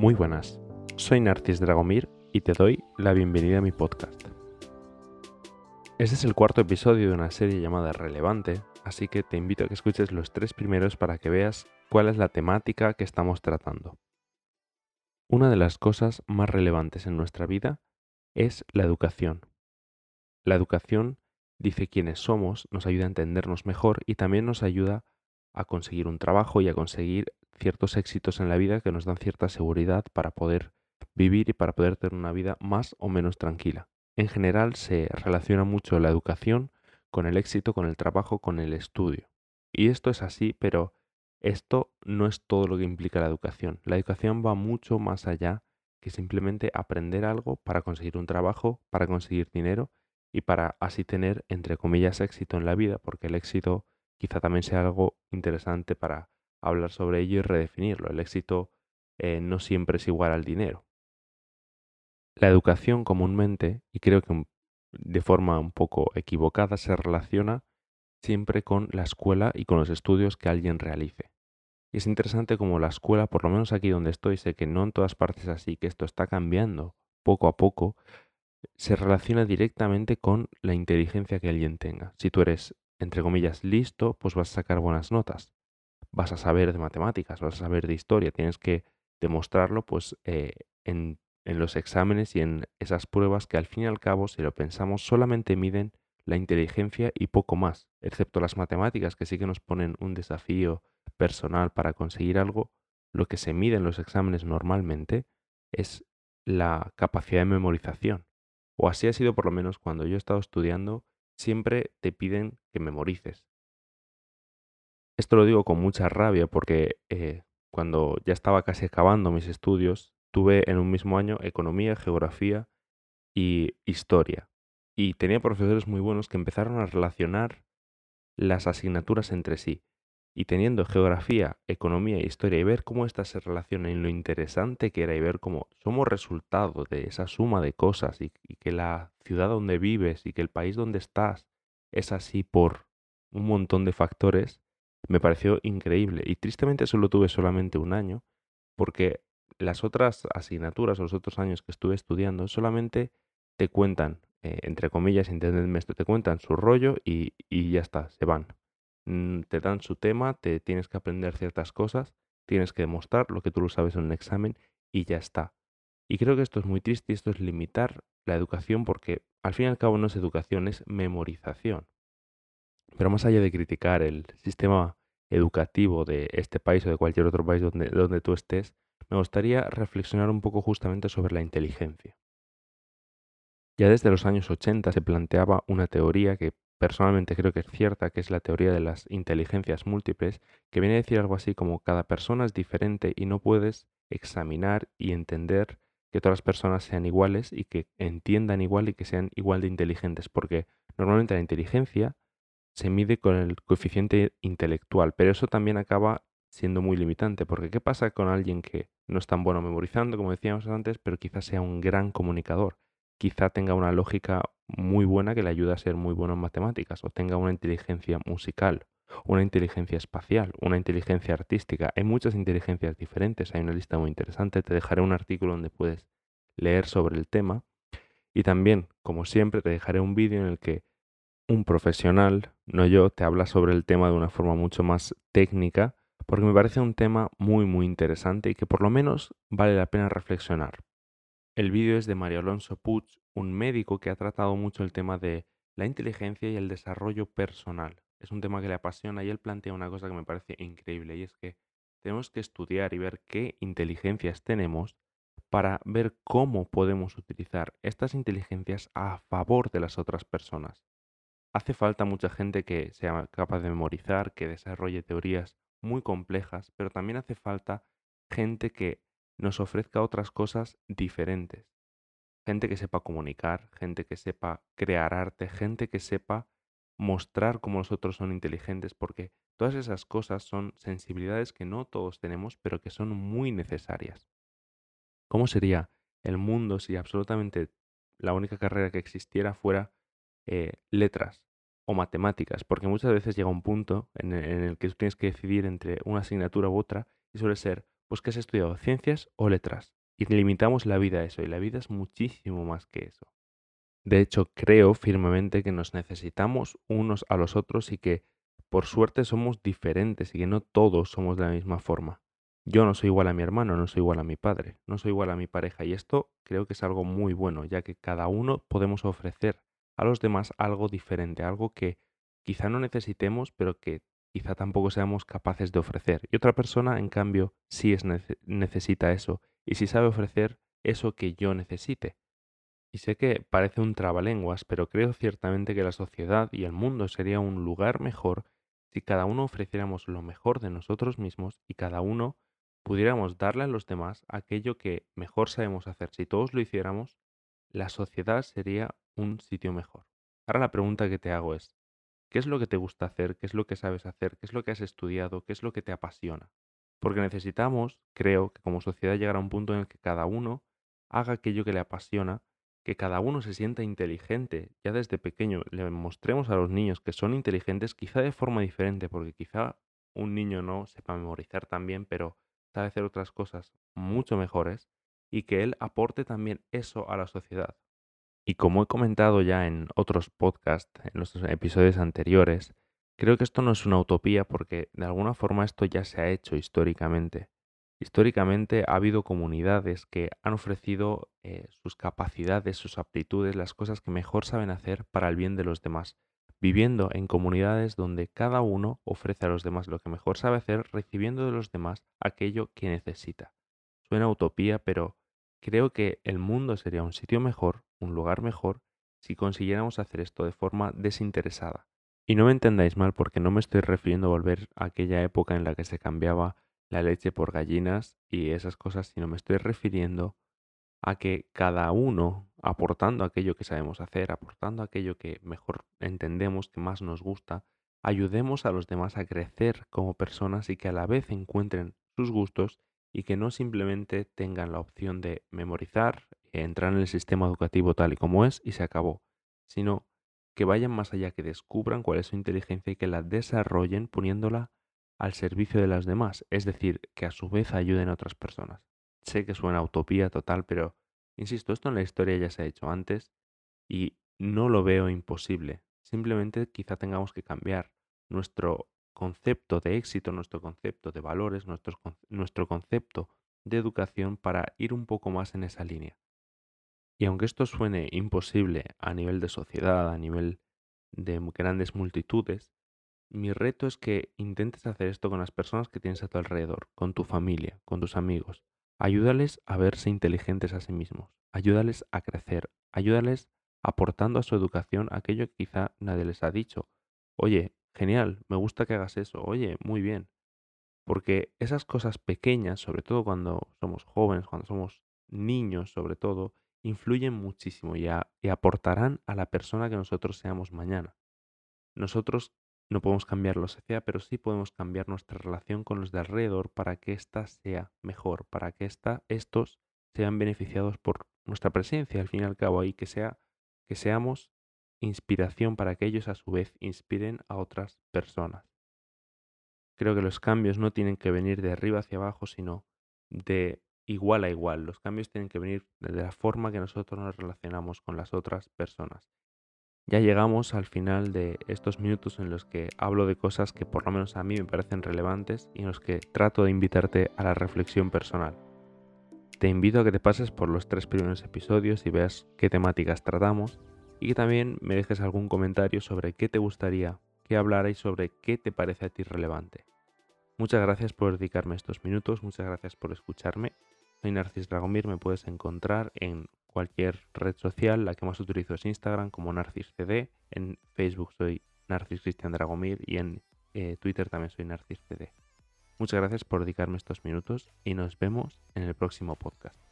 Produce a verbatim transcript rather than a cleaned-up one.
Muy buenas, soy Narcis Dragomir y te doy la bienvenida a mi podcast. Este es el cuarto episodio de una serie llamada Relevante, así que te invito a que escuches los tres primeros para que veas cuál es la temática que estamos tratando. Una de las cosas más relevantes en nuestra vida es la educación. La educación dice quiénes somos, nos ayuda a entendernos mejor y también nos ayuda a conseguir un trabajo y a conseguir ciertos éxitos en la vida que nos dan cierta seguridad para poder vivir y para poder tener una vida más o menos tranquila. En general se relaciona mucho la educación con el éxito, con el trabajo, con el estudio. Y esto es así, pero esto no es todo lo que implica la educación. La educación va mucho más allá que simplemente aprender algo para conseguir un trabajo, para conseguir dinero y para así tener, entre comillas, éxito en la vida, porque el éxito quizá también sea algo interesante para hablar sobre ello y redefinirlo. El éxito eh, no siempre es igual al dinero. La educación comúnmente, y creo que de forma un poco equivocada, se relaciona siempre con la escuela y con los estudios que alguien realice. Y es interesante como la escuela, por lo menos aquí donde estoy, sé que no en todas partes es así, que esto está cambiando poco a poco, se relaciona directamente con la inteligencia que alguien tenga. Si tú eres, entre comillas, listo, pues vas a sacar buenas notas. Vas a saber de matemáticas, vas a saber de historia. Tienes que demostrarlo pues eh, en, en los exámenes y en esas pruebas que al fin y al cabo, si lo pensamos, solamente miden la inteligencia y poco más, excepto las matemáticas que sí que nos ponen un desafío personal para conseguir algo. Lo que se mide en los exámenes normalmente es la capacidad de memorización. O así ha sido por lo menos cuando yo he estado estudiando, siempre te piden que memorices. Esto lo digo con mucha rabia porque eh, cuando ya estaba casi acabando mis estudios, tuve en un mismo año economía, geografía y historia. Y tenía profesores muy buenos que empezaron a relacionar las asignaturas entre sí. Y teniendo geografía, economía e historia y ver cómo éstas se relacionan y lo interesante que era y ver cómo somos resultado de esa suma de cosas y, y que la ciudad donde vives y que el país donde estás es así por un montón de factores, me pareció increíble. Y tristemente solo tuve solamente un año porque las otras asignaturas o los otros años que estuve estudiando solamente te cuentan, eh, entre comillas, entendedme esto, te cuentan su rollo y, y ya está, se van. Mm, te dan su tema, te tienes que aprender ciertas cosas, tienes que demostrar lo que tú lo sabes en un examen y ya está. Y creo que esto es muy triste y esto es limitar la educación porque al fin y al cabo no es educación, es memorización. Pero más allá de criticar el sistema educativo de este país o de cualquier otro país donde, donde tú estés, me gustaría reflexionar un poco justamente sobre la inteligencia. Ya desde los años ochenta se planteaba una teoría que personalmente creo que es cierta, que es la teoría de las inteligencias múltiples, que viene a decir algo así como cada persona es diferente y no puedes examinar y entender que todas las personas sean iguales y que entiendan igual y que sean igual de inteligentes, porque normalmente la inteligencia se mide con el coeficiente intelectual, pero eso también acaba siendo muy limitante, porque ¿qué pasa con alguien que no es tan bueno memorizando, como decíamos antes, pero quizás sea un gran comunicador? Quizá tenga una lógica muy buena que le ayude a ser muy bueno en matemáticas, o tenga una inteligencia musical, una inteligencia espacial, una inteligencia artística. Hay muchas inteligencias diferentes, hay una lista muy interesante, te dejaré un artículo donde puedes leer sobre el tema, y también, como siempre, te dejaré un vídeo en el que un profesional, no yo, te habla sobre el tema de una forma mucho más técnica, porque me parece un tema muy muy interesante y que por lo menos vale la pena reflexionar. El vídeo es de Mario Alonso Puig, un médico que ha tratado mucho el tema de la inteligencia y el desarrollo personal. Es un tema que le apasiona y él plantea una cosa que me parece increíble y es que tenemos que estudiar y ver qué inteligencias tenemos para ver cómo podemos utilizar estas inteligencias a favor de las otras personas. Hace falta mucha gente que sea capaz de memorizar, que desarrolle teorías muy complejas, pero también hace falta gente que nos ofrezca otras cosas diferentes. Gente que sepa comunicar, gente que sepa crear arte, gente que sepa mostrar cómo los otros son inteligentes, porque todas esas cosas son sensibilidades que no todos tenemos, pero que son muy necesarias. ¿Cómo sería el mundo si absolutamente la única carrera que existiera fuera eh, letras o matemáticas? Porque muchas veces llega un punto en el, en el que tú tienes que decidir entre una asignatura u otra y suele ser Pues que has estudiado ciencias o letras. Y limitamos la vida a eso, y la vida es muchísimo más que eso. De hecho, creo firmemente que nos necesitamos unos a los otros y que, por suerte, somos diferentes y que no todos somos de la misma forma. Yo no soy igual a mi hermano, no soy igual a mi padre, no soy igual a mi pareja y esto creo que es algo muy bueno, ya que cada uno podemos ofrecer a los demás algo diferente, algo que quizá no necesitemos, pero que quizá tampoco seamos capaces de ofrecer. Y otra persona, en cambio, sí es nece- necesita eso y sí sabe ofrecer eso que yo necesite. Y sé que parece un trabalenguas, pero creo ciertamente que la sociedad y el mundo sería un lugar mejor si cada uno ofreciéramos lo mejor de nosotros mismos y cada uno pudiéramos darle a los demás aquello que mejor sabemos hacer. Si todos lo hiciéramos, la sociedad sería un sitio mejor. Ahora la pregunta que te hago es, ¿qué es lo que te gusta hacer? ¿Qué es lo que sabes hacer? ¿Qué es lo que has estudiado? ¿Qué es lo que te apasiona? Porque necesitamos, creo, que como sociedad llegar a un punto en el que cada uno haga aquello que le apasiona, que cada uno se sienta inteligente. Ya desde pequeño le mostremos a los niños que son inteligentes, quizá de forma diferente, porque quizá un niño no sepa memorizar tan bien, pero sabe hacer otras cosas mucho mejores, y que él aporte también eso a la sociedad. Y como he comentado ya en otros podcasts, en los episodios anteriores, creo que esto no es una utopía porque de alguna forma esto ya se ha hecho históricamente. Históricamente ha habido comunidades que han ofrecido eh, sus capacidades, sus aptitudes, las cosas que mejor saben hacer para el bien de los demás, viviendo en comunidades donde cada uno ofrece a los demás lo que mejor sabe hacer, recibiendo de los demás aquello que necesita. Suena utopía, pero creo que el mundo sería un sitio mejor, un lugar mejor, si consiguiéramos hacer esto de forma desinteresada. Y no me entendáis mal porque no me estoy refiriendo a volver a aquella época en la que se cambiaba la leche por gallinas y esas cosas, sino me estoy refiriendo a que cada uno, aportando aquello que sabemos hacer, aportando aquello que mejor entendemos, que más nos gusta, ayudemos a los demás a crecer como personas y que a la vez encuentren sus gustos y que no simplemente tengan la opción de memorizar, eh, entrar en el sistema educativo tal y como es y se acabó, sino que vayan más allá, que descubran cuál es su inteligencia y que la desarrollen poniéndola al servicio de las demás, es decir, que a su vez ayuden a otras personas. Sé que suena a utopía total, pero insisto, esto en la historia ya se ha hecho antes y no lo veo imposible. Simplemente quizá tengamos que cambiar nuestro concepto de éxito, nuestro concepto de valores, nuestro, nuestro concepto de educación para ir un poco más en esa línea. Y aunque esto suene imposible a nivel de sociedad, a nivel de grandes multitudes, mi reto es que intentes hacer esto con las personas que tienes a tu alrededor, con tu familia, con tus amigos. Ayúdales a verse inteligentes a sí mismos. Ayúdales a crecer. Ayúdales aportando a su educación aquello que quizá nadie les ha dicho. Oye, genial, me gusta que hagas eso. Oye, muy bien. Porque esas cosas pequeñas, sobre todo cuando somos jóvenes, cuando somos niños sobre todo, influyen muchísimo y, a- y aportarán a la persona que nosotros seamos mañana. Nosotros no podemos cambiar la sociedad, pero sí podemos cambiar nuestra relación con los de alrededor para que ésta sea mejor, para que ésta, estos sean beneficiados por nuestra presencia, al fin y al cabo, y que sea, que seamos inspiración para que ellos a su vez inspiren a otras personas. Creo que los cambios no tienen que venir de arriba hacia abajo, sino de igual a igual. Los cambios tienen que venir de la forma que nosotros nos relacionamos con las otras personas. Ya llegamos al final de estos minutos en los que hablo de cosas que por lo menos a mí me parecen relevantes y en los que trato de invitarte a la reflexión personal. Te invito a que te pases por los tres primeros episodios y veas qué temáticas tratamos y que también me dejes algún comentario sobre qué te gustaría que hablara y sobre qué te parece a ti relevante. Muchas gracias por dedicarme estos minutos, muchas gracias por escucharme. Soy Narcis Dragomir, me puedes encontrar en cualquier red social, la que más utilizo es Instagram como NarcisCD, en Facebook soy Narcis Cristian Dragomir y en eh, Twitter también soy NarcisCD. Muchas gracias por dedicarme estos minutos y nos vemos en el próximo podcast.